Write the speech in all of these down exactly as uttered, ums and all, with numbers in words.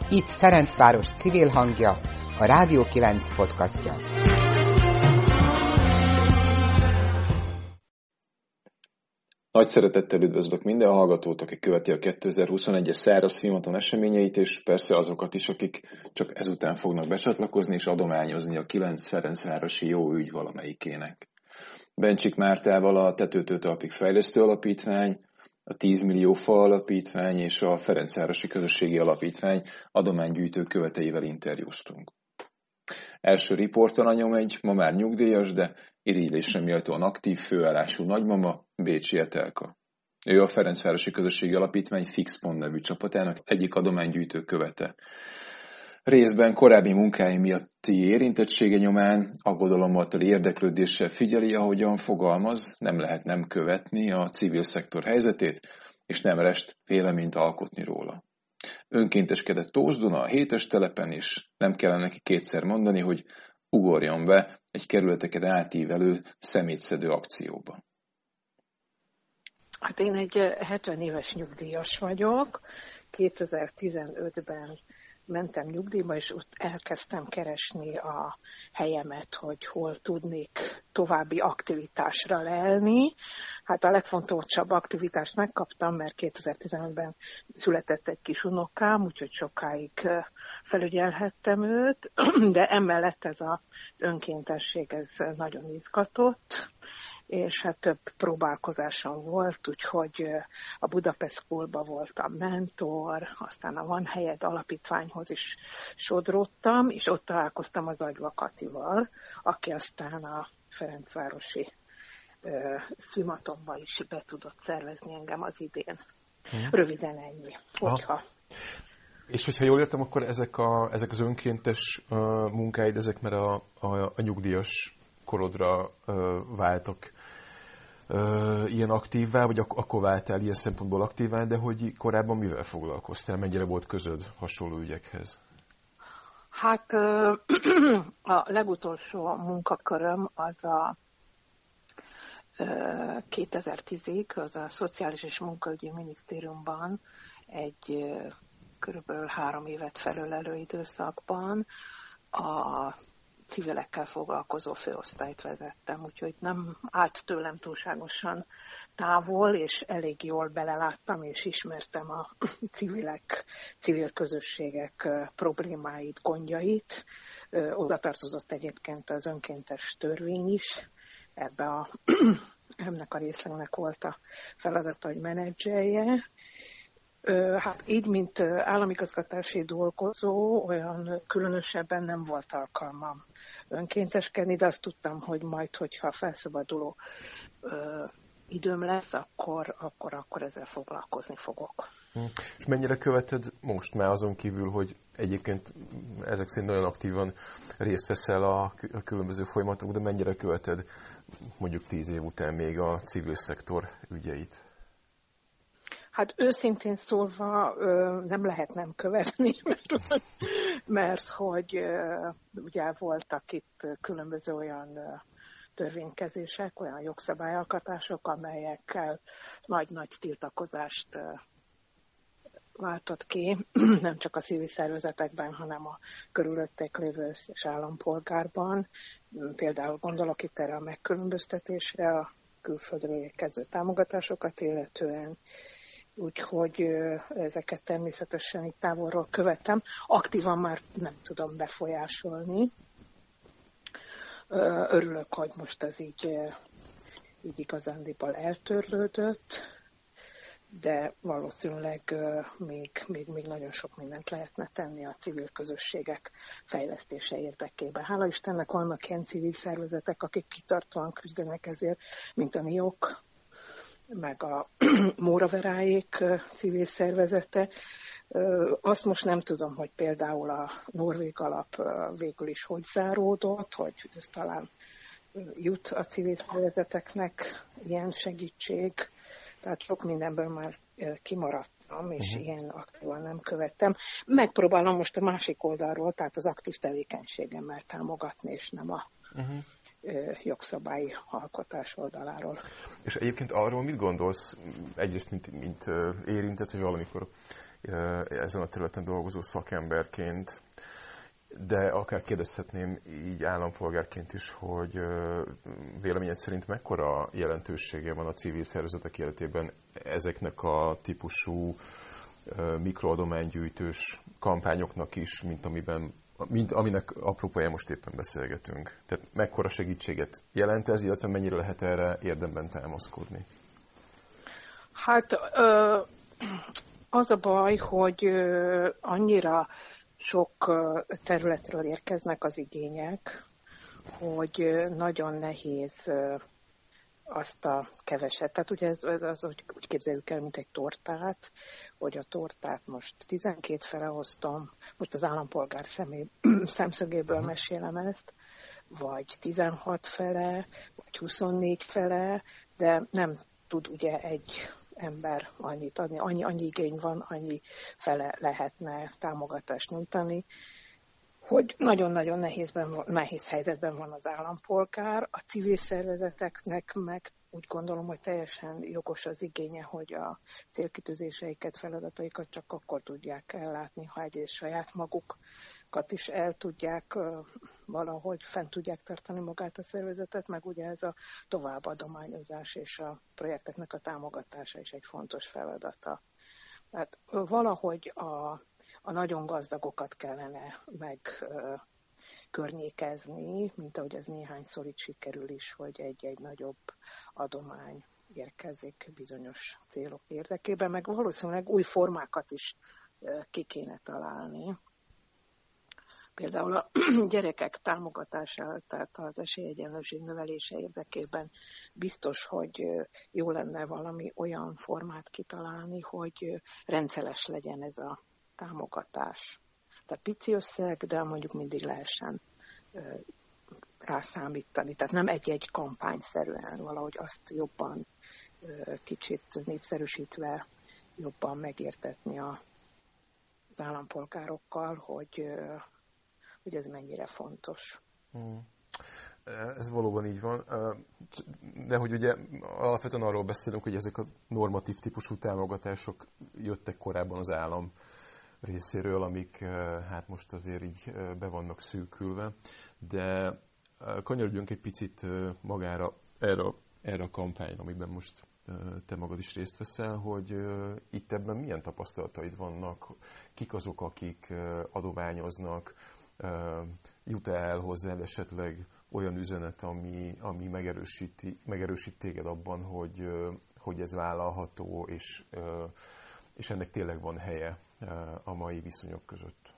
Itt Ferencváros civil hangja, a Rádió kilenc podcastja. Nagy szeretettel üdvözlök minden hallgatót, aki követi a kétezer-huszonegyes száraz filmaton eseményeit, és persze azokat is, akik csak ezután fognak becsatlakozni és adományozni a kilenc ferencvárosi jó ügy valamelyikének. Bencsik Mártával a Tetőtől Talpig Fejlesztő Alapítvány, a tíz millió fa alapítvány és a Ferencvárosi Közösségi Alapítvány adománygyűjtő követeivel interjúztunk. Első riportalanyom egy ma már nyugdíjas, de irigylésre méltóan aktív főállású nagymama, Bécsi Etelka. Ő a Ferencvárosi Közösségi Alapítvány Fix Pont nevű csapatának egyik adománygyűjtő követe. Részben korábbi munkái miatti érintettsége nyomán aggodalommal teli érdeklődéssel figyeli, ahogyan fogalmaz, nem lehet nem követni a civil szektor helyzetét, és nem rest véleményt alkotni róla. Önkénteskedett Tósduna a hétes telepen is, nem kellene neki kétszer mondani, hogy ugorjon be egy kerületeket átívelő szemétszedő akcióba. Hát én egy hetven éves nyugdíjas vagyok, kétezer-tizenötben mentem nyugdíjba, és ott elkezdtem keresni a helyemet, hogy hol tudnék további aktivitásra lelni. Hát a legfontosabb aktivitást megkaptam, mert kétezer-tizenötben született egy kis unokám, úgyhogy sokáig felügyelhettem őt, de emellett ez az önkéntesség, ez nagyon izgatott, és hát több próbálkozásom volt, úgyhogy a Budapest Schoolba voltam mentor, aztán a Van Helyed alapítványhoz is sodródtam, és ott találkoztam az Agyva Katival, aki aztán a Ferencvárosi uh, szümatomba is be tudott szervezni engem az idén. Hmm. Röviden ennyi. Hogyha... És hogyha jól értem, akkor ezek, a, ezek az önkéntes uh, munkáid, ezek már a, a, a nyugdíjas korodra uh, váltak uh, ilyen aktívvá, vagy ak- akkor váltál ilyen szempontból aktívvá, de hogy korábban mivel foglalkoztál? Mennyire volt közöd hasonló ügyekhez? Hát uh, a legutolsó munkaköröm az a uh, kétezer-tízig, az a Szociális és Munkaügyi Minisztériumban egy uh, körülbelül három évet felölelő időszakban a civilekkel foglalkozó főosztályt vezettem, úgyhogy nem állt tőlem túlságosan távol, és elég jól beleláttam, és ismertem a civilek, civil közösségek problémáit, gondjait. Oda tartozott egyébként az önkéntes törvény is, ebbe a, ennek a részlegnek volt a feladata, hogy menedzselje. Hát így, mint államigazgatási dolgozó, olyan különösebben nem volt alkalmam önkénteskedni, de azt tudtam, hogy majd, hogyha felszabaduló ö, időm lesz, akkor, akkor, akkor ezzel foglalkozni fogok. És mennyire követed most már azon kívül, hogy egyébként ezek szerint nagyon aktívan részt veszel a, a különböző folyamatokban, de mennyire követed mondjuk tíz év után még a civil szektor ügyeit? Hát őszintén szólva nem lehet nem követni, mert, mert hogy ugye voltak itt különböző olyan törvénykezések, olyan jogszabályalkotások, amelyekkel nagy-nagy tiltakozást váltott ki, nem csak a civil szervezetekben, hanem a körülöttek lévő összes állampolgárban. Például gondolok itt erre a megkülönböztetésre, a külföldről érkező támogatásokat illetően, úgyhogy ezeket természetesen itt távolról követem. Aktívan már nem tudom befolyásolni. Örülök, hogy most ez így, így igazándiból eltörlődött, de valószínűleg még, még, még nagyon sok mindent lehetne tenni a civil közösségek fejlesztése érdekében. Hála Istennek vannak ilyen civil szervezetek, akik kitartóan küzdenek ezért, mint a NIOK, meg a Móraveráék civil szervezete. Azt most nem tudom, hogy például a Norvég Alap végül is hogy záródott, hogy ez talán jut a civil szervezeteknek ilyen segítség. Tehát sok mindenből már kimaradtam, és uh-huh. ilyen aktívan nem követtem. Megpróbálom most a másik oldalról, tehát az aktív tevékenységemmel támogatni, és nem a uh-huh. jogszabályi alkotás oldaláról. És egyébként arról mit gondolsz, egyrészt mint, mint érintett, hogy valamikor ezen a területen dolgozó szakemberként, de akár kérdezhetném így állampolgárként is, hogy véleményed szerint mekkora jelentősége van a civil szervezetek életében ezeknek a típusú mikroadománygyűjtős kampányoknak is, mint amiben mint aminek apropóján most éppen beszélgetünk. Tehát mekkora segítséget jelent ez, illetve mennyire lehet erre érdemben támaszkodni? Hát az a baj, hogy annyira sok területről érkeznek az igények, hogy nagyon nehéz azt a keveset. Tehát ugye ez, ez az, hogy úgy képzeljük el, mint egy tortát, hogy a tortát most tizenkét fele hoztam, most az állampolgár személy, szemszögéből mesélem ezt, vagy tizenhat fele, vagy huszonnégy fele, de nem tud ugye egy ember annyit adni, annyi, annyi igény van, annyi fele lehetne támogatást nyújtani, hogy nagyon-nagyon nehézben, nehéz helyzetben van az állampolgár. A civil szervezeteknek meg úgy gondolom, hogy teljesen jogos az igénye, hogy a célkitűzéseiket, feladataikat csak akkor tudják ellátni, ha egyrészt saját magukat is el tudják valahogy fent tudják tartani magát a szervezetet, meg ugye ez a továbbadományozás és a projekteknek a támogatása is egy fontos feladata. Tehát valahogy a, a nagyon gazdagokat kellene meg környékezni, mint ahogy ez néhányszor itt sikerül is, hogy egy-egy nagyobb adomány érkezik bizonyos célok érdekében, meg valószínűleg új formákat is ki kéne találni. Például a gyerekek támogatása, tehát az esélyegyenlőség növelése érdekében biztos, hogy jó lenne valami olyan formát kitalálni, hogy rendszeres legyen ez a támogatás. Tehát pici összeg, de mondjuk mindig lehessen rászámítani. Tehát nem egy-egy kampányszerűen, valahogy azt jobban kicsit népszerűsítve, jobban megértetni az állampolgárokkal, hogy, hogy ez mennyire fontos. Hmm. Ez valóban így van, de hogy ugye alapvetően arról beszélünk, hogy ezek a normatív típusú támogatások jöttek korábban az állam részéről, amik hát most azért így be vannak szűkülve, de kanyarodjunk egy picit magára erre, erre a kampányra, amiben most te magad is részt veszel, hogy itt ebben milyen tapasztalataid vannak, kik azok, akik adományoznak, jut el hozzád esetleg olyan üzenet, ami, ami megerősíti, megerősít téged abban, hogy, hogy ez vállalható, és, és ennek tényleg van helye a mai viszonyok között?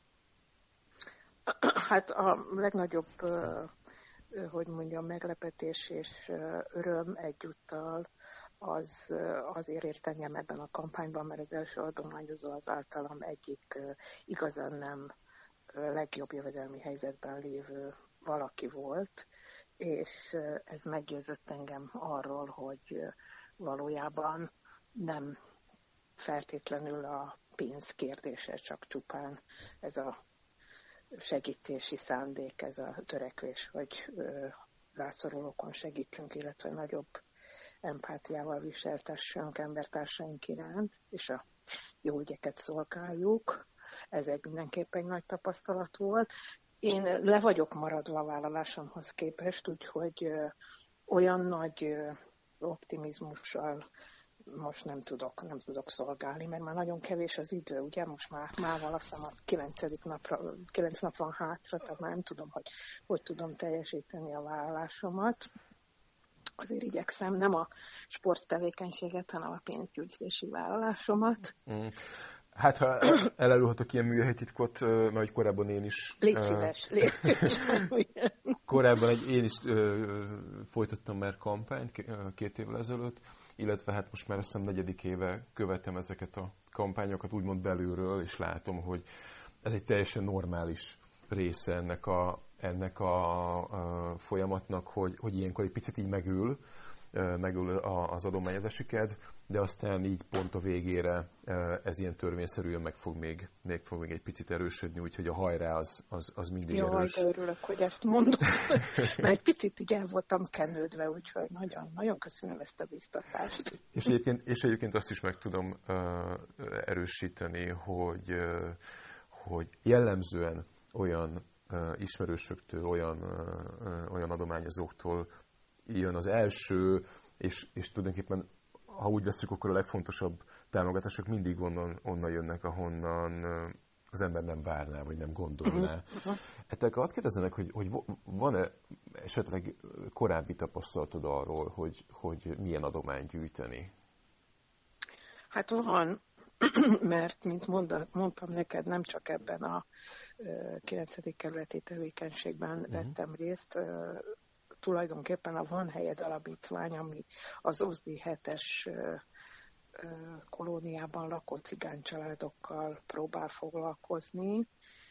Hát a legnagyobb, hogy mondjam, meglepetés és öröm egyúttal az azért ért engem ebben a kampányban, mert az első adományozó az általam egyik igazán nem legjobb jövedelmi helyzetben lévő valaki volt, és ez meggyőzött engem arról, hogy valójában nem feltétlenül a pénz kérdése, csak csupán ez a segítési szándék, ez a törekvés, hogy rászorulókon segítsünk, illetve nagyobb empátiával viseltessünk embertársaink iránt, és a jó ügyeket szolgáljuk. Ez egy mindenképpen egy nagy tapasztalat volt. Én le vagyok maradva a vállalásomhoz képest, úgyhogy olyan nagy optimizmussal most nem tudok, nem tudok szolgálni, mert már nagyon kevés az idő, ugye most már, már valaszom a kilencedik napra, kilenc nap van hátra, tehát már nem tudom, hogy hogy tudom teljesíteni a vállalásomat. Azért igyekszem nem a sporttevékenységet, hanem a pénzgyűjtési vállalásomat. Mm. Hát, ha elárulhatok ilyen műhelytitkot, mert korábban én is... Légy szíves, légy szíves. Korábban egy, én is folytattam már kampányt két évvel ezelőtt, illetve hát most már azt hiszem negyedik éve követem ezeket a kampányokat úgymond belülről, és látom, hogy ez egy teljesen normális része ennek a, ennek a, a folyamatnak, hogy, hogy ilyenkor egy picit így megül, megül az adományozási kedv. de aztán így pont a végére ez ilyen törvényszerűen meg fog még, még, fog még egy picit erősödni, úgyhogy a hajrá az, az, az mindig Jaj, erős. de örülök, hogy ezt mondod, mert egy picit így el voltam kenődve, úgyhogy nagyon, nagyon köszönöm ezt a biztatást. És egyébként, és egyébként azt is meg tudom uh, erősíteni, hogy, uh, hogy jellemzően olyan uh, ismerősöktől, olyan, uh, olyan adományozóktól jön az első, és, és tulajdonképpen, ha úgy veszük, akkor a legfontosabb támogatások mindig onnan, onnan jönnek, ahonnan uh, az ember nem várná, vagy nem gondolná. Uh-huh. Ettől hadd kérdezzenek, hogy, hogy van-e esetleg korábbi tapasztalatod arról, hogy, hogy milyen adományt gyűjteni? Hát van, mert, mint mondtam neked, nem csak ebben a kilencedik kerületi tevékenységben uh-huh. vettem részt, tulajdonképpen a Van Helyed Alapítvány, ami az Ozdi hetes kolóniában lakó cigány családokkal próbál foglalkozni.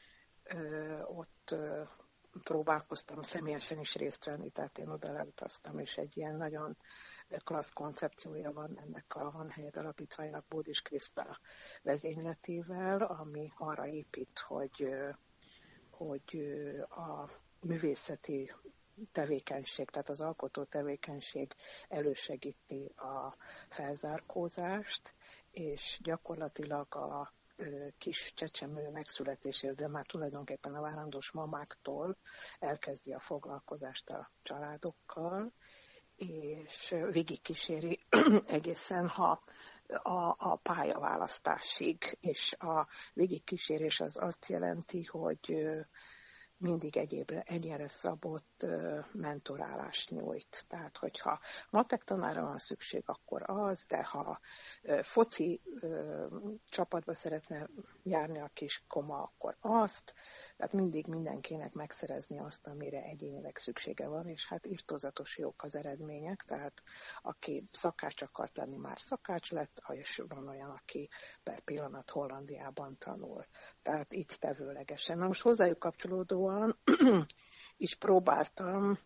Ott próbálkoztam személyesen is részt venni, tehát én oda leutaztam, és egy ilyen nagyon klassz koncepciója van ennek a Van Helyed Alapítványnak Bódis Kriszta vezényletével, ami arra épít, hogy, hogy a művészeti tevékenység, tehát az alkotó tevékenység elősegíti a felzárkózást, és gyakorlatilag a kis csecsemő megszületéséhez, de már tulajdonképpen a várandós mamáktól elkezdi a foglalkozást a családokkal, és végigkíséri egészen ha a, a pályaválasztásig, és a végigkísérés az azt jelenti, hogy mindig egyébre, egyére szabott mentorálást nyújt. Tehát, hogyha matek tanára van szükség, akkor az, de ha foci csapatba szeretne járni a kis koma, akkor azt. Tehát mindig mindenkinek megszerezni azt, amire egyénileg szüksége van, és hát irtózatos jók az eredmények, tehát aki szakács akart lenni, már szakács lett, és van olyan, aki per pillanat Hollandiában tanul. Tehát így tevőlegesen. Na most hozzájuk kapcsolódóan is próbáltam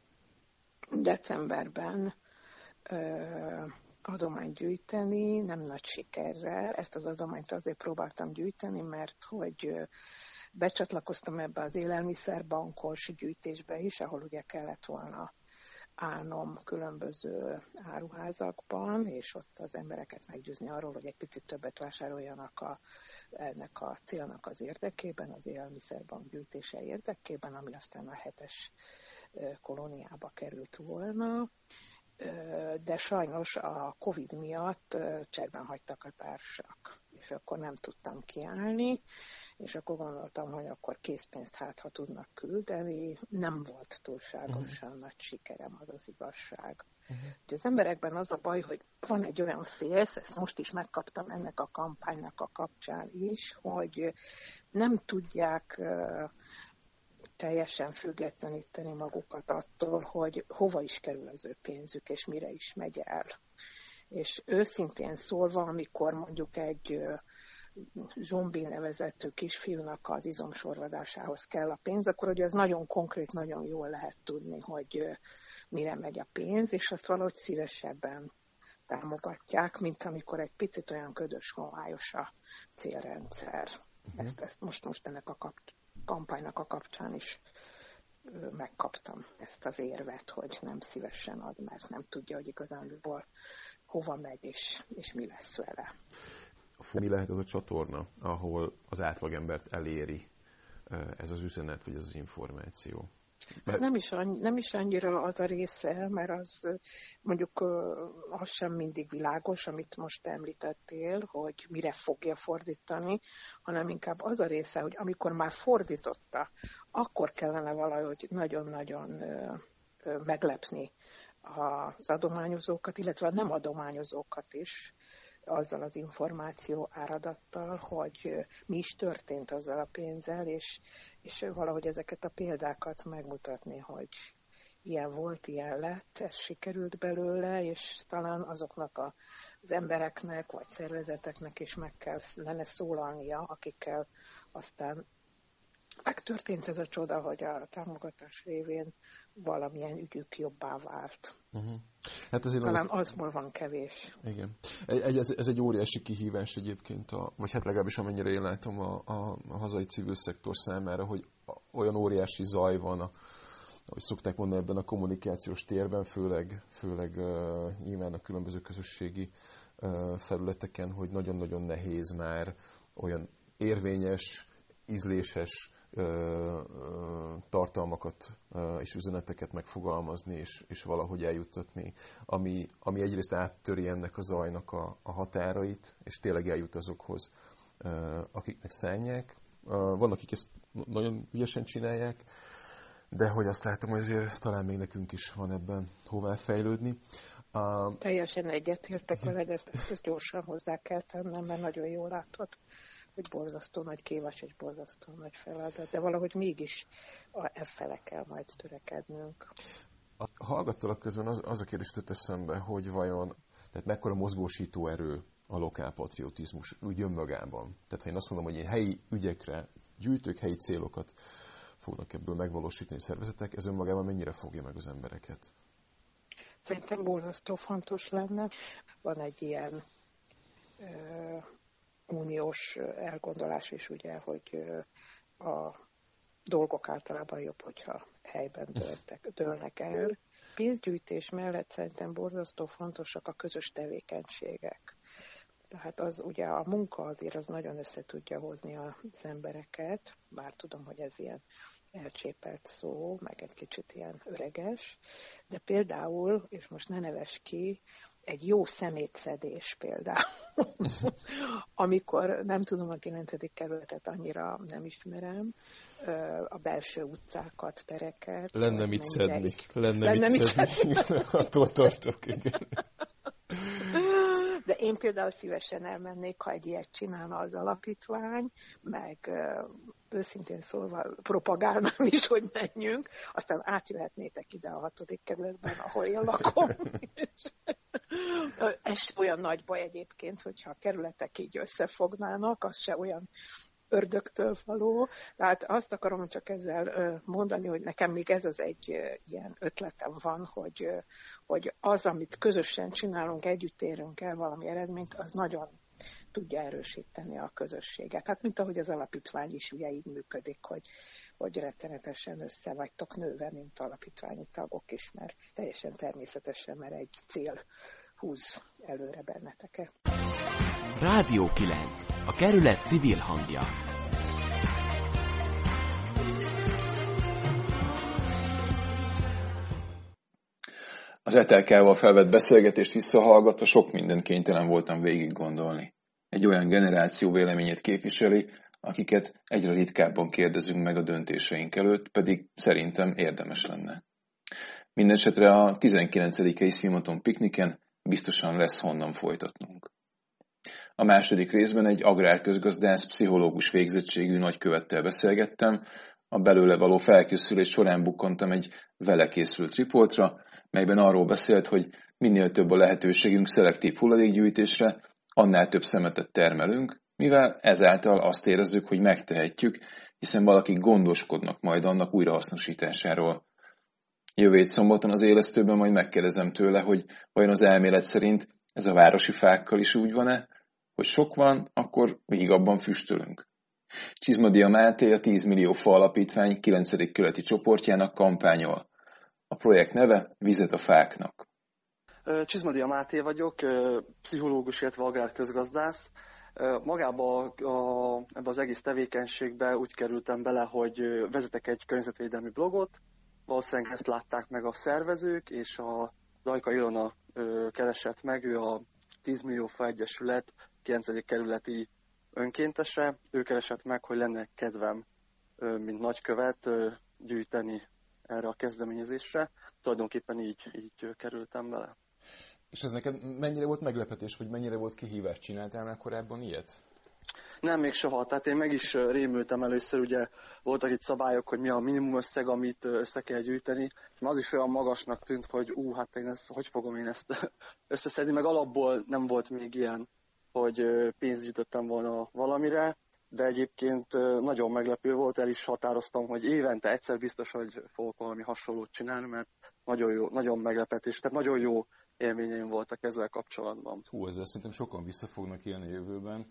decemberben ö, adományt gyűjteni, nem nagy sikerrel. Ezt az adományt azért próbáltam gyűjteni, mert hogy becsatlakoztam ebbe az élelmiszerbankos gyűjtésbe is, ahol ugye kellett volna állnom különböző áruházakban, és ott az embereket meggyőzni arról, hogy egy picit többet vásároljanak a, ennek a célnak az érdekében, az élelmiszerbank gyűjtése érdekében, ami aztán a hetes kolóniába került volna. De sajnos a Covid miatt cserben hagytak a társak, és akkor nem tudtam kiállni, és akkor gondoltam, hogy akkor készpénzt hát, ha tudnak küldeni. Nem volt túlságosan uh-huh. nagy sikerem, az az igazság. Uh-huh. Az emberekben az a baj, hogy van egy olyan félsz, ezt most is megkaptam ennek a kampánynak a kapcsán is, hogy nem tudják uh, teljesen függetleníteni magukat attól, hogy hova is kerül az ő pénzük, és mire is megy el. És őszintén szólva, amikor mondjuk egy uh, Zsombi nevezetű kisfiúnak az izomsorvadásához kell a pénz, akkor ugye ez nagyon konkrét, nagyon jól lehet tudni, hogy mire megy a pénz, és azt valahogy szívesebben támogatják, mint amikor egy picit olyan ködös, homályos a célrendszer. Uh-huh. Ezt, ezt most, most ennek a kap, kampánynak a kapcsán is megkaptam ezt az érvet, hogy nem szívesen ad, mert nem tudja, hogy igazándiból hova megy, és, és mi lesz vele. Mi lehet az a csatorna, ahol az átlagembert eléri ez az üzenet, vagy ez az információ? Mert... Nem, is annyi, nem is annyira az a része, mert az mondjuk az sem mindig világos, amit most említettél, hogy mire fogja fordítani, hanem inkább az a része, hogy amikor már fordította, akkor kellene valahogy nagyon-nagyon meglepni az adományozókat, illetve a nem adományozókat is, azzal az információ áradattal, hogy mi is történt azzal a pénzzel, és, és valahogy ezeket a példákat megmutatni, hogy ilyen volt, ilyen lett, ez sikerült belőle, és talán azoknak a, az embereknek, vagy szervezeteknek is meg kellene szólalnia, akikkel aztán megtörtént ez a csoda, hogy a támogatás révén valamilyen ügyük jobbá vált. Uh-huh. Hát azért talán az... azból van kevés. Igen. Egy, ez, ez egy óriási kihívás egyébként, a, vagy hát legalábbis amennyire én látom a, a, a hazai civil szektor számára, hogy olyan óriási zaj van, a, ahogy szokták mondani ebben a kommunikációs térben, főleg, főleg uh, nyilván a különböző közösségi uh, felületeken, hogy nagyon-nagyon nehéz már olyan érvényes, ízléses ö, ö, tartalmakat ö, és üzeneteket megfogalmazni, és, és valahogy eljuttatni, ami, ami egyrészt áttöri ennek a zajnak a, a határait, és tényleg eljut azokhoz, ö, akiknek szánják. Ö, van, akik ezt nagyon ügyesen csinálják, de hogy azt látom, hogy azért talán még nekünk is van ebben hová fejlődni. Uh, Teljesen egyetértek veled, ezt, ezt gyorsan hozzá kell tennem, mert nagyon jól látod, hogy borzasztó nagy kívás és borzasztó nagy feladat, de valahogy mégis a e fele kell majd törekednünk. A hallgattalak közben az, az a kérdés jutott eszembe, hogy vajon, tehát mekkora mozgósító erő a lokálpatriotizmus úgy önmagában. Tehát ha én azt mondom, hogy én helyi ügyekre gyűjtők, helyi célokat fognak ebből megvalósítani szervezetek, ez önmagában mennyire fogja meg az embereket? Szerintem borzasztó fontos lenne. Van egy ilyen ö, uniós elgondolás is, ugye, hogy a dolgok általában jobb, hogyha helyben dőltek, dőlnek el. Pénzgyűjtés mellett szerintem borzasztó fontosak a közös tevékenységek. Tehát az ugye a munka azért az nagyon össze tudja hozni az embereket, bár tudom, hogy ez ilyen elcsépelt szó, meg egy kicsit ilyen öreges, de például, és most ne nevess ki, egy jó szemétszedés például, amikor nem tudom a kilencedik kerületet annyira nem ismerem, a belső utcákat, tereket. Lenne mit szedni. Lenne, Lenne mit szedni. Attól tartok, igen. De én például szívesen elmennék, ha egy ilyet csinálna az alapítvány, meg őszintén szólva propagálnám is, hogy menjünk, aztán átjöhetnétek ide a hatodik kerületben, ahol én lakom. Ez olyan nagy baj egyébként, hogyha a kerületek így összefognának, az se olyan ördögtől való. Tehát azt akarom csak ezzel mondani, hogy nekem még ez az egy ilyen ötletem van, hogy, hogy az, amit közösen csinálunk, együtt érünk el valami eredményt, az nagyon tudja erősíteni a közösséget. Hát mint ahogy az alapítvány is ugye így működik, hogy, hogy rettenetesen össze vagytok nőve, mint alapítványi tagok is, mert teljesen természetesen, mert egy cél húz előre benneteket. Rádió kilenc. A kerület civil hangja. Az é té el ká-val felvett beszélgetést visszahallgatva sok mindent kénytelen voltam végig gondolni. Egy olyan generáció véleményét képviseli, akiket egyre ritkábban kérdezünk meg a döntéseink előtt, pedig szerintem érdemes lenne. Mindenesetre a tizenkilencedikei Színmaton pikniken biztosan lesz honnan folytatnunk. A második részben egy agrárközgazdász, pszichológus végzettségű nagykövettel beszélgettem, a belőle való felkészülés során bukkantam egy vele készült riportra, melyben arról beszélt, hogy minél több a lehetőségünk szelektív hulladékgyűjtésre, annál több szemetet termelünk, mivel ezáltal azt érezzük, hogy megtehetjük, hiszen valakik gondoskodnak majd annak újrahasznosításáról. Jövő hét szombaton az élesztőben majd megkérdezem tőle, hogy vajon az elmélet szerint ez a városi fákkal is úgy van-e, hogy sok van, akkor még abban füstölünk. Csizmadia Máté a tíz millió fa alapítvány kilencedik kerületi csoportjának kampányol. A projekt neve Vizet a fáknak. Csizmadia Máté vagyok, pszichológus, illetve agrárközgazdász. Magába a, ebbe az egész tevékenységbe úgy kerültem bele, hogy vezetek egy környezetvédelmi blogot. Valószínűleg ezt látták meg a szervezők, és a Dajka Ilona keresett meg, ő a tíz millió fa egyesület kilencedik kerületi önkéntese. Ő keresett meg, hogy lenne kedvem, mint nagykövet, gyűjteni erre a kezdeményezésre. Tulajdonképpen így, így kerültem bele. És ez neked mennyire volt meglepetés, vagy mennyire volt kihívás? Csináltál már korábban ilyet? Nem, még soha. Tehát én meg is rémültem először, ugye voltak itt szabályok, hogy mi a minimum összeg, amit össze kell gyűjteni, és az is olyan magasnak tűnt, hogy ú, hát én ezt, hogy fogom én ezt összeszedni, meg alapból nem volt még ilyen, hogy pénzt gyűjtöttem volna valamire. de egyébként nagyon meglepő volt, el is határoztam, hogy évente egyszer biztos, hogy fogok valami hasonlót csinálni, mert nagyon jó, nagyon meglepetés, tehát nagyon jó élményeim voltak ezzel kapcsolatban. Hú, ezzel szerintem sokan vissza fognak élni a jövőben.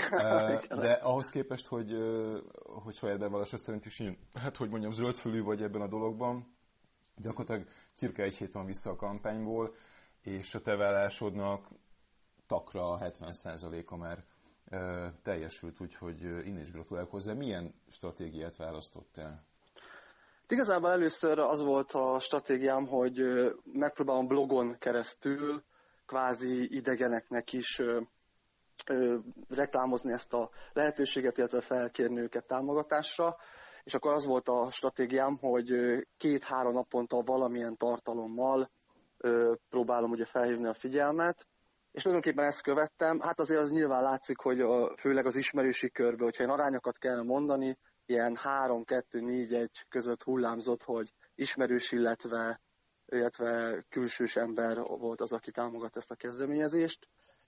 De ahhoz képest, hogy, hogy saját bevallásra szerint is én, hát hogy mondjam, zöldfülű vagy ebben a dologban, gyakorlatilag cirka egy hét van vissza a kampányból, és a te vállásodnak takra hetven százaléka már e, teljesült, úgyhogy innen is gratulálok hozzá. Milyen stratégiát választottál? Igazából először az volt a stratégiám, hogy megpróbálom blogon keresztül kvázi idegeneknek is ö, ö, reklámozni ezt a lehetőséget, illetve felkérni őket támogatásra. És akkor az volt a stratégiám, hogy két-három naponta valamilyen tartalommal ö, próbálom ugye felhívni a figyelmet. És tulajdonképpen ezt követtem. Hát azért az nyilván látszik, hogy a, főleg az ismerősi körbe, hogyha én arányokat kell mondani, ilyen három kettő négy egy között hullámzott, hogy ismerős, illetve, illetve külsős ember volt az, aki támogat ezt a kezdeményezést.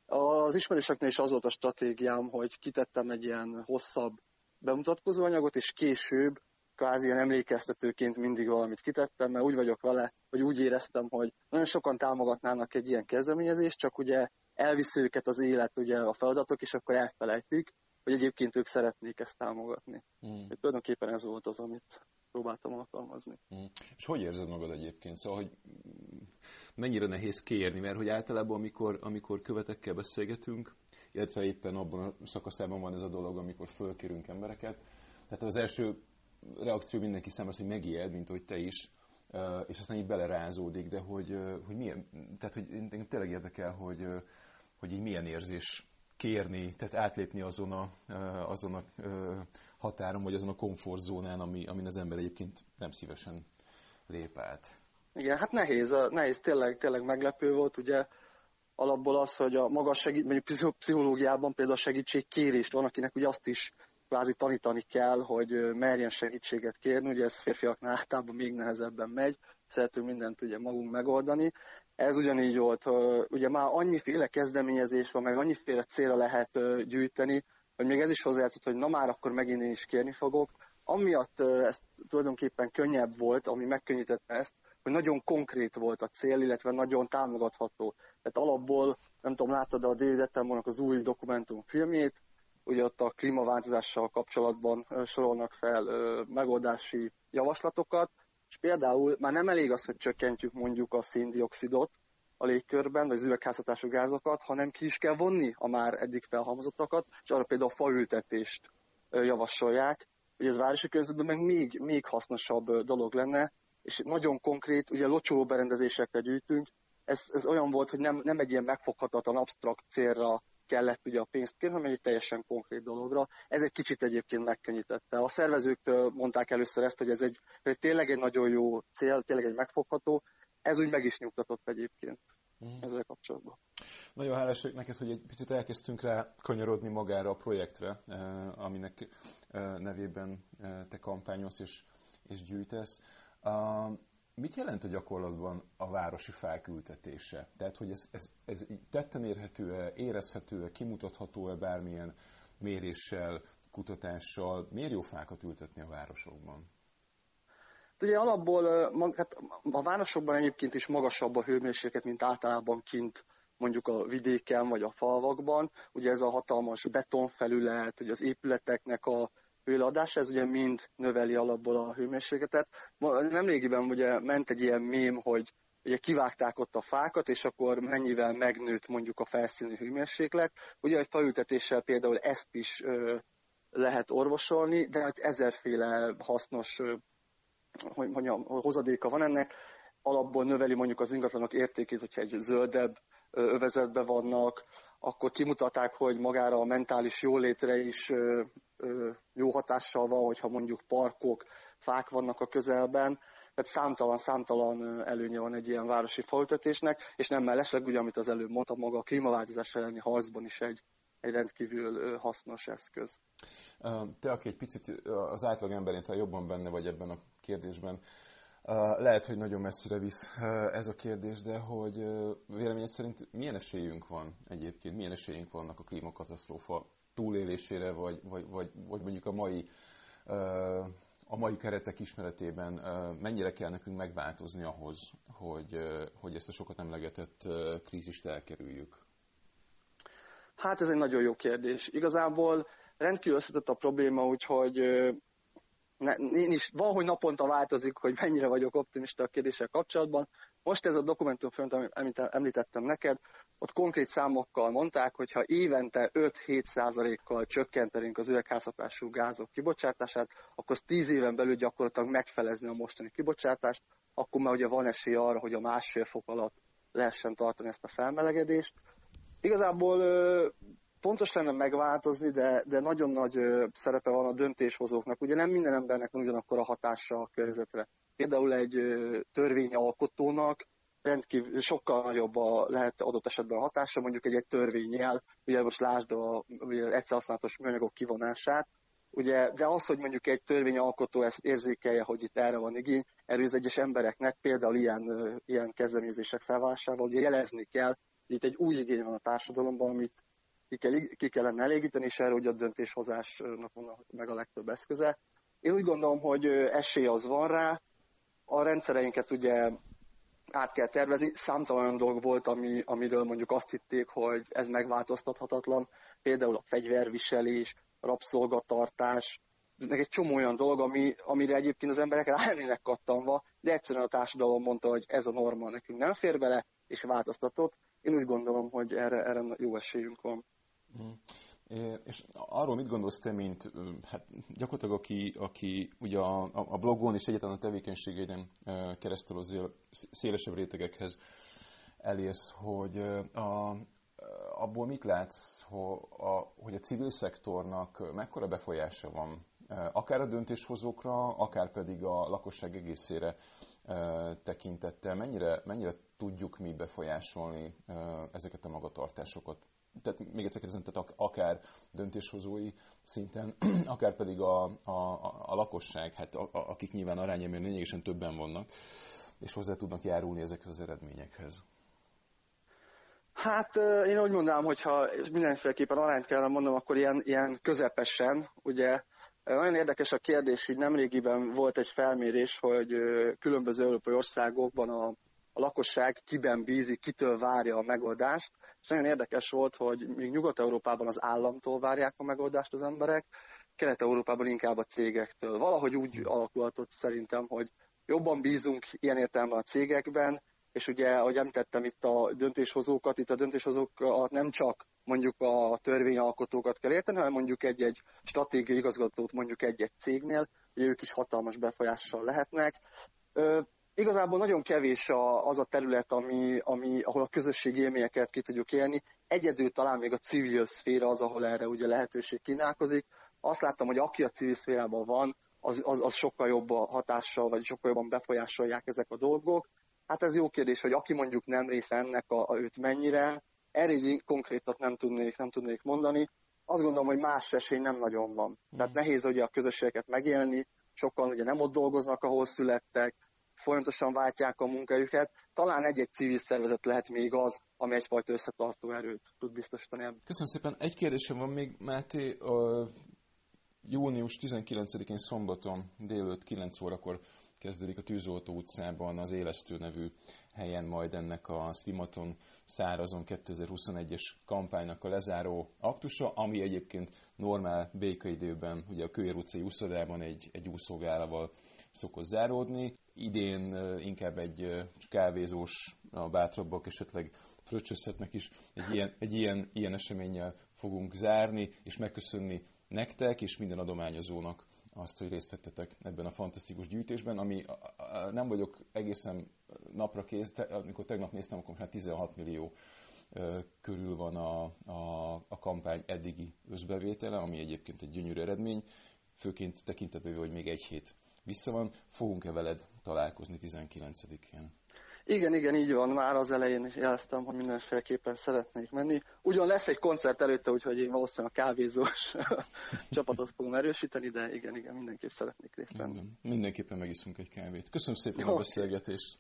Az ismerőseknél is az volt a stratégiám, hogy kitettem egy ilyen hosszabb bemutatkozó anyagot, és később kvázi ilyen emlékeztetőként mindig valamit kitettem, mert úgy vagyok vele, hogy úgy éreztem, hogy nagyon sokan támogatnának egy ilyen kezdeményezést, csak ugye elvisz őket az élet, ugye a feladatok, és akkor elfelejtik, hogy egyébként ők szeretnék ezt támogatni. Mm. Tulajdonképpen ez volt az, amit próbáltam alkalmazni. Mm. És hogy érzed magad egyébként? Szóval, hogy mennyire nehéz kérni, mert hogy általában, amikor, amikor követekkel beszélgetünk, illetve éppen abban a szakaszában van ez a dolog, amikor fölkérünk embereket, tehát az első reakció mindenki számára, hogy megijed, mint hogy te is, és aztán így belerázódik, de hogy, hogy milyen, tehát hogy engem tényleg érdekel, hogy, hogy így milyen érzés kérni, tehát átlépni azon a, azon a határon, vagy azon a komfortzónán, ami, amin az ember egyébként nem szívesen lép át. Igen, hát nehéz, nehéz tényleg, tényleg meglepő volt, ugye alapból az, hogy a magas segít, mondjuk pszichológiában például a segítségkérést van, akinek ugye azt is kvázi tanítani kell, hogy merjen segítséget kérni, ugye ez férfiaknál általában még nehezebben megy, szeretünk mindent ugye magunk megoldani. Ez ugyanígy volt, ugye már annyiféle kezdeményezés van, meg annyiféle célra lehet gyűjteni, hogy még ez is hozzájátszott, hogy na már akkor megint én is kérni fogok. Amiatt ez tulajdonképpen könnyebb volt, ami megkönnyítette ezt, hogy nagyon konkrét volt a cél, illetve nagyon támogatható. Tehát alapból, nem tudom, láttad a David Attenborough az új dokumentumfilmjét, ugye ott a klímaváltozással kapcsolatban sorolnak fel megoldási javaslatokat, és például már nem elég az, hogy csökkentjük mondjuk a széndioxidot a légkörben, vagy az üvegházhatású gázokat, hanem ki is kell vonni a már eddig felhalmozottakat, és arra például a faültetést javasolják, hogy ez városi környezetben meg még, még hasznosabb dolog lenne, és nagyon konkrét, ugye locsoló berendezésekre gyűjtünk, ez, ez olyan volt, hogy nem, nem egy ilyen megfoghatatlan, absztrakt célra kellett ugye a pénzt kérni, hanem egy teljesen konkrét dologra. Ez egy kicsit egyébként megkönnyítette. A szervezőktől mondták először ezt, hogy ez egy, hogy tényleg egy nagyon jó cél, tényleg egy megfogható, ez úgy meg is nyugtatott egyébként mm. ezzel kapcsolatban. Nagyon hálás neked, hogy egy picit elkezdtünk rá kanyarodni magára a projektre, aminek nevében te kampányolsz és, és gyűjtesz. Mit jelent a gyakorlatban a városi fák ültetése? Tehát, hogy ez, ez, ez tetten érhető-e, érezhető-e, kimutatható-e bármilyen méréssel, kutatással? Miért jó fákat ültetni a városokban? Ugye alapból hát a városokban egyébként is magasabb a hőmérséklet, mint általában kint mondjuk a vidéken vagy a falvakban. Ugye ez a hatalmas betonfelület, ugye az épületeknek a hőleadása, ez ugye mind növeli alapból a hőmérsékletet. Nemrégiben ugye ment egy ilyen mém, hogy ugye kivágták ott a fákat, és akkor mennyivel megnőtt mondjuk a felszíni hőmérséklet. Ugye egy faültetéssel például ezt is ö, lehet orvosolni, de hát ezerféle hasznos ö, hogy mondjam, hozadéka van ennek. Alapból növeli mondjuk az ingatlanok értékét, hogyha egy zöldebb ö, övezetben vannak, akkor kimutatták, hogy magára a mentális jólétre is ö, ö, jó hatással van, hogyha mondjuk parkok, fák vannak a közelben. Tehát számtalan-számtalan előnye van egy ilyen városi faültetésnek, és nem mellesleg, ugye, amit az előbb mondtam, maga a klímaváltozás elleni harcban is egy, egy rendkívül hasznos eszköz. Te, aki egy picit az átlag emberén, ha jobban benne vagy ebben a kérdésben, lehet, hogy nagyon messzire visz ez a kérdés, de hogy véleményed szerint milyen esélyünk van egyébként, milyen esélyünk vannak a klímakatasztrófa túlélésére, vagy, vagy, vagy, vagy mondjuk a mai, a mai keretek ismeretében mennyire kell nekünk megváltozni ahhoz, hogy, hogy ezt a sokat emlegetett krízist elkerüljük? Hát ez egy nagyon jó kérdés. Igazából rendkívül összetett a probléma, úgyhogy ne, én is valahogy naponta változik, hogy mennyire vagyok optimista a kérdéssel kapcsolatban. Most ez a dokumentumfilm, amit említettem neked, ott konkrét számokkal mondták, hogy ha évente öt-hét százalékkal csökkentenénk az üvegházhatású gázok kibocsátását, akkor az tíz éven belül gyakorlatilag megfelezni a mostani kibocsátást, akkor már ugye van esély arra, hogy a másfél fok alatt lehessen tartani ezt a felmelegedést. Igazából fontos lenne megváltozni, de, de nagyon nagy szerepe van a döntéshozóknak. Ugye nem minden embernek ugyanakkor a hatása a környezetre. Például egy törvényalkotónak rendkívül sokkal nagyobb a, lehet adott esetben a hatása, mondjuk egy, egy törvényjel, ugye most lásd a egyszerhasználatos műanyagok kivonását, ugye, de az, hogy mondjuk egy törvényalkotó ezt érzékelje, hogy itt erre van igény, erről az egyes embereknek például ilyen, ilyen kezdeményezések felvállalásával ugye jelezni kell, hogy itt egy új igény van a társadalomban, amit ki, kell, ki kellene elégíteni, és erre ugye a döntéshozásnak van meg a legtöbb eszköze. Én úgy gondolom, hogy esély az van rá, a rendszereinket ugye át kell tervezni. Számtalan olyan dolog volt, ami, amiről mondjuk azt hitték, hogy ez megváltoztathatatlan. Például a fegyverviselés, rabszolgatartás, egy csomó olyan dolog, ami, amire egyébként az emberek rájönnének kattanva, de egyszerűen a társadalom mondta, hogy ez a norma nekünk nem fér bele, és változtatott. Én úgy gondolom, hogy erre, erre jó esélyünk van. Mm. És arról mit gondolsz te, mint hát gyakorlatilag aki, aki ugye a, a blogon és egyáltalán a tevékenységeiden keresztül az szélesebb rétegekhez elérsz, hogy a, abból mit látsz, hogy a civil szektornak mekkora befolyása van, akár a döntéshozókra, akár pedig a lakosság egészére tekintettel, mennyire, mennyire tudjuk mi befolyásolni ezeket a magatartásokat? Tehát még egyszer kérdezem, tehát akár döntéshozói szinten, akár pedig a, a, a lakosság, hát a, a, akik nyilván arányaiban lényegesen többen vannak, és hozzá tudnak járulni ezekhez az eredményekhez. Hát én úgy mondanám, hogyha mindenféleképpen arányt kellene mondanom, akkor ilyen, ilyen közepesen, ugye nagyon érdekes a kérdés, így nemrégiben volt egy felmérés, hogy különböző európai országokban a a lakosság kiben bízik, kitől várja a megoldást, és nagyon érdekes volt, hogy még Nyugat-Európában az államtól várják a megoldást az emberek, Kelet-Európában inkább a cégektől. Valahogy úgy alakulhatott szerintem, hogy jobban bízunk ilyen értelemben a cégekben, és ugye, ahogy említettem itt a döntéshozókat, itt a döntéshozókat nem csak mondjuk a törvényalkotókat kell érteni, hanem mondjuk egy-egy stratégiai igazgatót mondjuk egy-egy cégnél, hogy ők is hatalmas befolyással lehetnek. Igazából nagyon kevés a, az a terület, ami, ami, ahol a közösségi élményeket ki tudjuk élni. Egyedül talán még a civil szféra az, ahol erre ugye lehetőség kínálkozik. Azt láttam, hogy aki a civil szférában van, az, az, az sokkal jobb a hatással, vagy sokkal jobban befolyásolják ezek a dolgok. Hát ez jó kérdés, hogy aki mondjuk nem része ennek, a, a őt mennyire. Erre így konkrétat nem tudnék, nem tudnék mondani. Azt gondolom, hogy más esély nem nagyon van. Tehát nehéz ugye a közösségeket megélni, sokan ugye nem ott dolgoznak, ahol születtek, folyamatosan váltják a munkájukat. Talán egy-egy civil szervezet lehet még az, ami egyfajta összetartó erőt tud biztosítani. Köszönöm szépen. Egy kérdésem van még, Máté. A június tizenkilencedikén szombaton délelőtt kilenc órakor kezdődik a Tűzoltó utcában az Élesztő nevű helyen majd ennek a Swimaton szárazon kétezer-huszonegyes kampánynak a lezáró aktusa, ami egyébként normál békaidőben ugye a Kőér utcai úszodában egy, egy úszógálával szokott záródni. Idén inkább egy kávézós, a bátrabbak esetleg fröccsözhetnek is, egy ilyen, egy ilyen, ilyen eseménnyel fogunk zárni, és megköszönni nektek és minden adományozónak azt, hogy részt vettetek ebben a fantasztikus gyűjtésben, ami nem vagyok egészen napra kész, amikor tegnap néztem, akkor már tizenhat millió körül van a, a, a kampány eddigi összbevétele, ami egyébként egy gyönyörű eredmény, főként tekintetben, hogy még egy hét vissza van. Fogunk-e veled találkozni tizenkilencedikén? Igen, igen, így van. Már az elején is jeleztem, hogy mindenféleképpen szeretnék menni. Ugyan lesz egy koncert előtte, úgyhogy én valószínűleg a kávézós csapatot fogom erősíteni, de igen, igen, mindenképp szeretnék részt venni. Igen, mindenképpen megiszunk egy kávét. Köszönöm szépen Jó, a beszélgetést!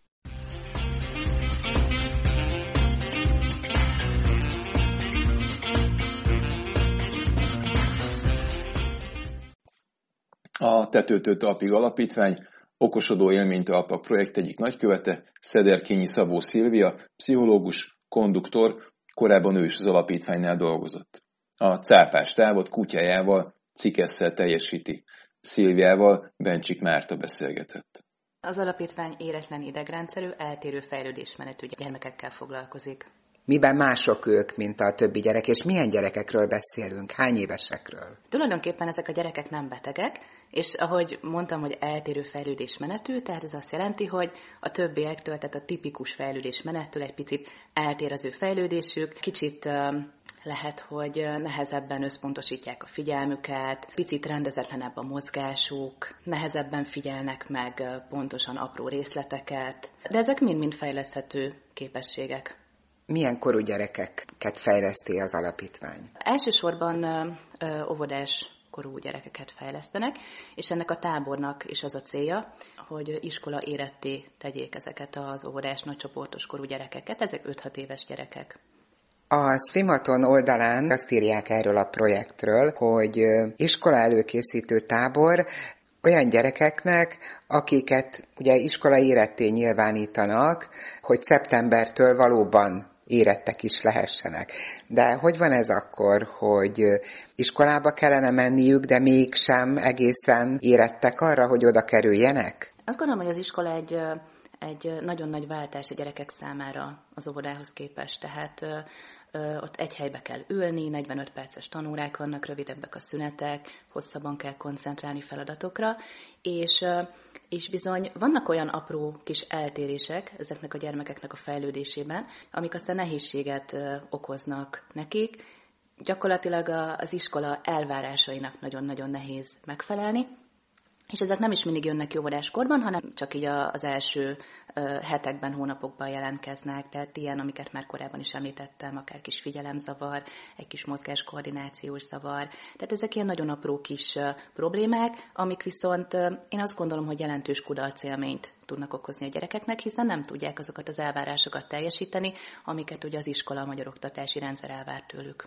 A Tetőtől Talpig Alapítvány okosodó élménytalpak projekt egyik nagykövete, Szederkényi Szabó Szilvia, pszichológus, konduktor, korábban ő is az alapítványnál dolgozott. A cápás távot kutyájával, Cikesszel teljesíti. Szilviával Bencsik Márta beszélgetett. Az alapítvány éretlen idegrendszerű, eltérő fejlődésmenetű gyermekekkel foglalkozik. Miben mások ők, mint a többi gyerek, és milyen gyerekekről beszélünk, hány évesekről? Tulajdonképpen ezek a gyerekek nem betegek, és ahogy mondtam, hogy eltérő fejlődésmenetű, tehát ez azt jelenti, hogy a többiektől, tehát a tipikus fejlődésmenettől egy picit eltér az ő fejlődésük, kicsit lehet, hogy nehezebben összpontosítják a figyelmüket, picit rendezetlenebb a mozgásuk, nehezebben figyelnek meg pontosan apró részleteket, de ezek mind-mind fejleszthető képességek. Milyen korú gyerekeket fejleszti az alapítvány? Elsősorban ö, óvodás korú gyerekeket fejlesztenek, és ennek a tábornak is az a célja, hogy iskola éretté tegyék ezeket az óvodás nagycsoportos korú gyerekeket, ezek öt-hat éves gyerekek. A Szfimaton oldalán azt írják erről a projektről, hogy iskola előkészítő tábor olyan gyerekeknek, akiket ugye iskola éretté nyilvánítanak, hogy szeptembertől valóban érettek is lehessenek. De hogy van ez akkor, hogy iskolába kellene menniük, de mégsem egészen érettek arra, hogy oda kerüljenek? Azt gondolom, hogy az iskola egy, egy nagyon nagy váltás a gyerekek számára az óvodához képest. Tehát ott egy helybe kell ülni, negyvenöt perces tanórák vannak, rövidebbek a szünetek, hosszabban kell koncentrálni feladatokra, és, és bizony vannak olyan apró kis eltérések ezeknek a gyermekeknek a fejlődésében, amik aztán nehézséget okoznak nekik. Gyakorlatilag az iskola elvárásainak nagyon-nagyon nehéz megfelelni, és ezek nem is mindig jönnek óvodáskorban, hanem csak így az első hetekben, hónapokban jelentkeznek, tehát ilyen, amiket már korábban is említettem, akár kis figyelemzavar, egy kis mozgáskoordinációs zavar. Tehát ezek ilyen nagyon apró kis problémák, amik viszont én azt gondolom, hogy jelentős kudarcélményt tudnak okozni a gyerekeknek, hiszen nem tudják azokat az elvárásokat teljesíteni, amiket ugye az iskola, a magyar oktatási rendszer elvár tőlük.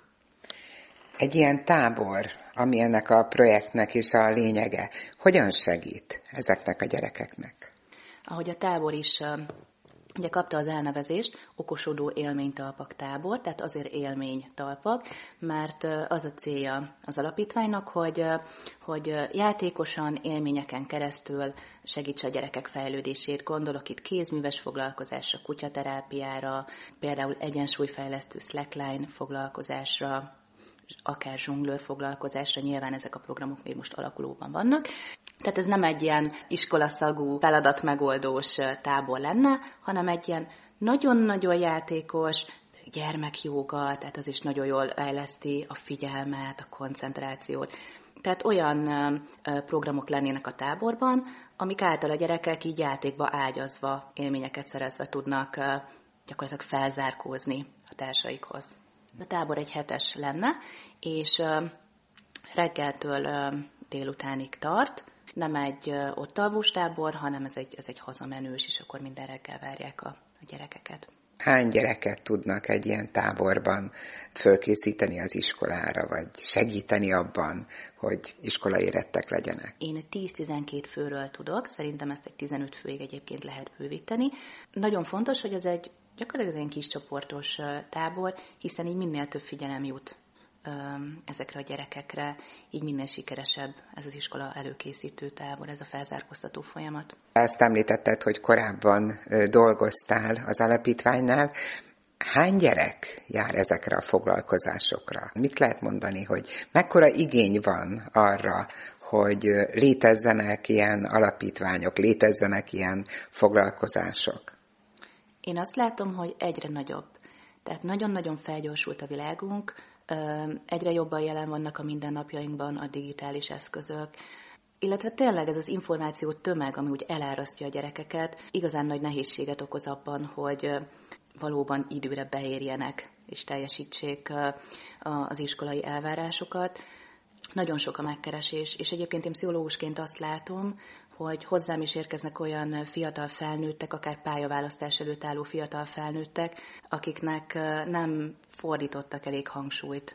Egy ilyen tábor, ami ennek a projektnek is a lényege, hogyan segít ezeknek a gyerekeknek? Ahogy a tábor is ugye kapta az elnevezést, okosodó élménytalpak tábor, tehát azért élménytalpak, mert az a célja az alapítványnak, hogy, hogy játékosan, élményeken keresztül segítse a gyerekek fejlődését. Gondolok itt kézműves foglalkozásra, kutyaterápiára, például egyensúlyfejlesztő slackline foglalkozásra, akár zsonglőr foglalkozásra, nyilván ezek a programok még most alakulóban vannak. Tehát ez nem egy ilyen iskolaszagú feladatmegoldós tábor lenne, hanem egy ilyen nagyon-nagyon játékos gyermekjóga, tehát az is nagyon jól fejleszti a figyelmet, a koncentrációt. Tehát olyan programok lennének a táborban, amik által a gyerekek így játékba ágyazva, élményeket szerezve tudnak gyakorlatilag felzárkózni a társaikhoz. A tábor egy hetes lenne, és reggeltől délutánig tart. Nem egy ott alvós tábor, hanem ez egy, ez egy hazamenős, és akkor minden reggel várják a, a gyerekeket. Hány gyereket tudnak egy ilyen táborban fölkészíteni az iskolára, vagy segíteni abban, hogy iskolaérettek legyenek? Én tíz-tizenkét főről tudok, szerintem ezt egy tizenöt főig egyébként lehet bővíteni. Nagyon fontos, hogy ez egy gyakorlatilag egy kis csoportos tábor, hiszen így minél több figyelem jut ezekre a gyerekekre, így minél sikeresebb ez az iskola előkészítő tábor, ez a felzárkóztató folyamat. Ezt említetted, hogy korábban dolgoztál az alapítványnál. Hány gyerek jár ezekre a foglalkozásokra? Mit lehet mondani, hogy mekkora igény van arra, hogy létezzenek ilyen alapítványok, létezzenek ilyen foglalkozások? Én azt látom, hogy egyre nagyobb. Tehát nagyon-nagyon felgyorsult a világunk, egyre jobban jelen vannak a mindennapjainkban a digitális eszközök, illetve tényleg ez az információ tömeg, ami úgy elárasztja a gyerekeket, igazán nagy nehézséget okoz abban, hogy valóban időre beérjenek és teljesítsék az iskolai elvárásokat. Nagyon sok a megkeresés, és egyébként én pszichológusként azt látom, hogy hozzám is érkeznek olyan fiatal felnőttek, akár pályaválasztás előtt álló fiatal felnőttek, akiknek nem fordítottak elég hangsúlyt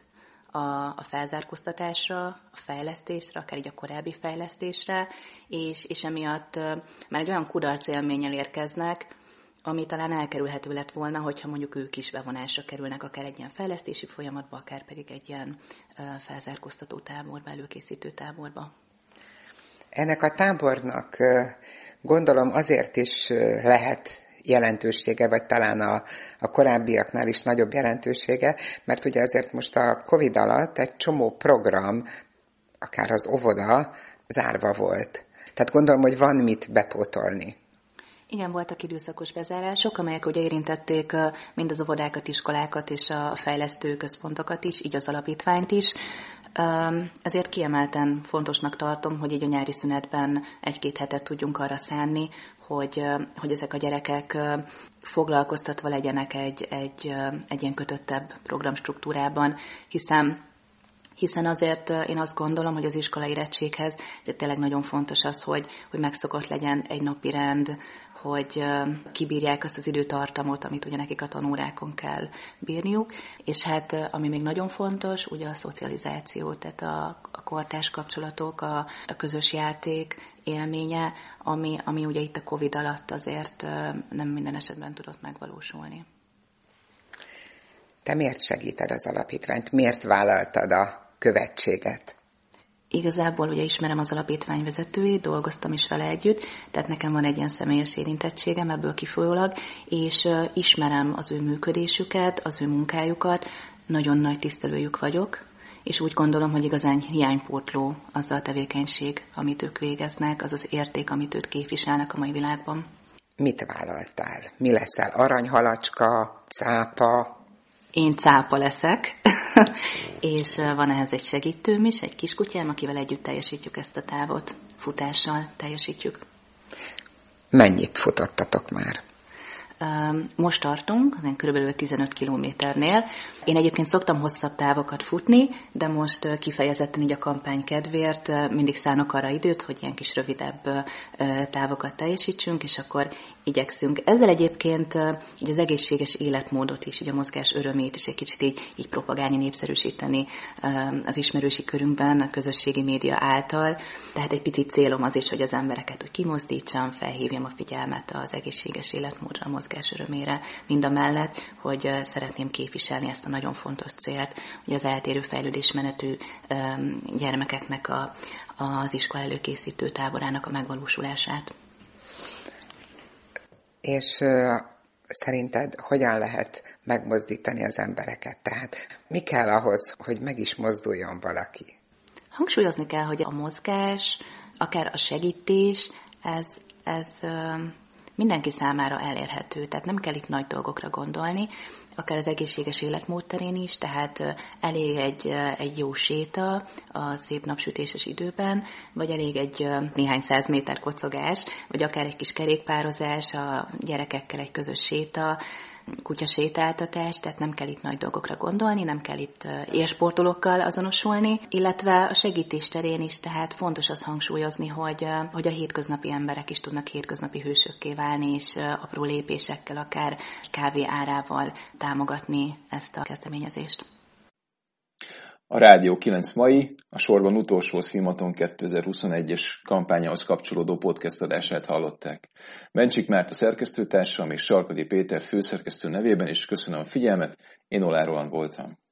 a, a felzárkóztatásra, a fejlesztésre, akár így a korábbi fejlesztésre, és, és emiatt már egy olyan kudarc élménnyel érkeznek, ami talán elkerülhető lett volna, hogyha mondjuk ők is bevonásra kerülnek, akár egy ilyen fejlesztési folyamatba, akár pedig egy ilyen felzárkóztató táborba, előkészítő táborba. Ennek a tábornak gondolom azért is lehet jelentősége, vagy talán a, a korábbiaknál is nagyobb jelentősége, mert ugye azért most a Covid alatt egy csomó program, akár az óvoda, zárva volt. Tehát gondolom, hogy van mit bepótolni. Igen, voltak időszakos bezárások, amelyek ugye érintették mind az óvodákat, iskolákat és a fejlesztő központokat is, így az alapítványt is. Ezért kiemelten fontosnak tartom, hogy így a nyári szünetben egy-két hetet tudjunk arra szánni, hogy, hogy ezek a gyerekek foglalkoztatva legyenek egy, egy, egy ilyen kötöttebb programstruktúrában, hiszen hiszen azért én azt gondolom, hogy az iskolai érettséghez tényleg nagyon fontos az, hogy, hogy megszokott legyen egy napi rend, hogy kibírják azt az időtartamot, amit ugye nekik a tanórákon kell bírniuk, és hát ami még nagyon fontos, ugye a szocializáció, tehát a, a kortárs kapcsolatok, a, a közös játék élménye, ami, ami ugye itt a Covid alatt azért nem minden esetben tudott megvalósulni. Te miért segíted az alapítványt? Miért vállaltad a követséget? Igazából ugye ismerem az alapítvány vezetőjét, dolgoztam is vele együtt, tehát nekem van egy ilyen személyes érintettségem ebből kifolyólag, és ismerem az ő működésüket, az ő munkájukat, nagyon nagy tisztelőjük vagyok, és úgy gondolom, hogy igazán hiánypótló az a tevékenység, amit ők végeznek, az az érték, amit ők képviselnek a mai világban. Mit vállaltál? Mi leszel? Aranyhalacska, cápa? Én cápa leszek, és van ehhez egy segítőm is, egy kiskutyám, akivel együtt teljesítjük ezt a távot. Futással teljesítjük. Mennyit futottatok már? Most tartunk, kb. tizenöt kilométernél. Én egyébként szoktam hosszabb távokat futni, de most kifejezetten így a kampány kedvéért mindig szánok arra időt, hogy ilyen kis rövidebb távokat teljesítsünk, és akkor igyekszünk. Ezzel egyébként így az egészséges életmódot is, így a mozgás örömét is egy kicsit így, így propagálni, népszerűsíteni az ismerősi körünkben, a közösségi média által. Tehát egy picit célom az is, hogy az embereket úgy kimozdítsam, felhívjam a figyelmet az egészséges életmódra, a mozgás örömére, mind a mellett, hogy szeretném képviselni ezt a nagyon fontos célt, hogy az eltérő fejlődésmenetű gyermekeknek a, az iskola előkészítő táborának a megvalósulását. És uh, szerinted hogyan lehet megmozdítani az embereket? Tehát mi kell ahhoz, hogy meg is mozduljon valaki? Hangsúlyozni kell, hogy a mozgás, akár a segítés, ez, ez uh, mindenki számára elérhető, tehát nem kell itt nagy dolgokra gondolni, akár az egészséges életmód terén is, tehát elég egy, egy jó séta a szép napsütéses időben, vagy elég egy néhány száz méter kocogás, vagy akár egy kis kerékpározás, a gyerekekkel egy közös séta, kutyasétáltatás, tehát nem kell itt nagy dolgokra gondolni, nem kell itt élsportolókkal azonosulni, illetve a segítés terén is, tehát fontos az hangsúlyozni, hogy, hogy a hétköznapi emberek is tudnak hétköznapi hősökké válni, és apró lépésekkel, akár kávé árával támogatni ezt a kezdeményezést. A Rádió kilenc mai, a sorban utolsó színmaton kétezer-huszonegyes kampányához kapcsolódó podcast adását hallották. Bencsik Márta szerkesztőtársam és Sarkadi Péter főszerkesztő nevében is köszönöm a figyelmet, én Oláh Roland voltam.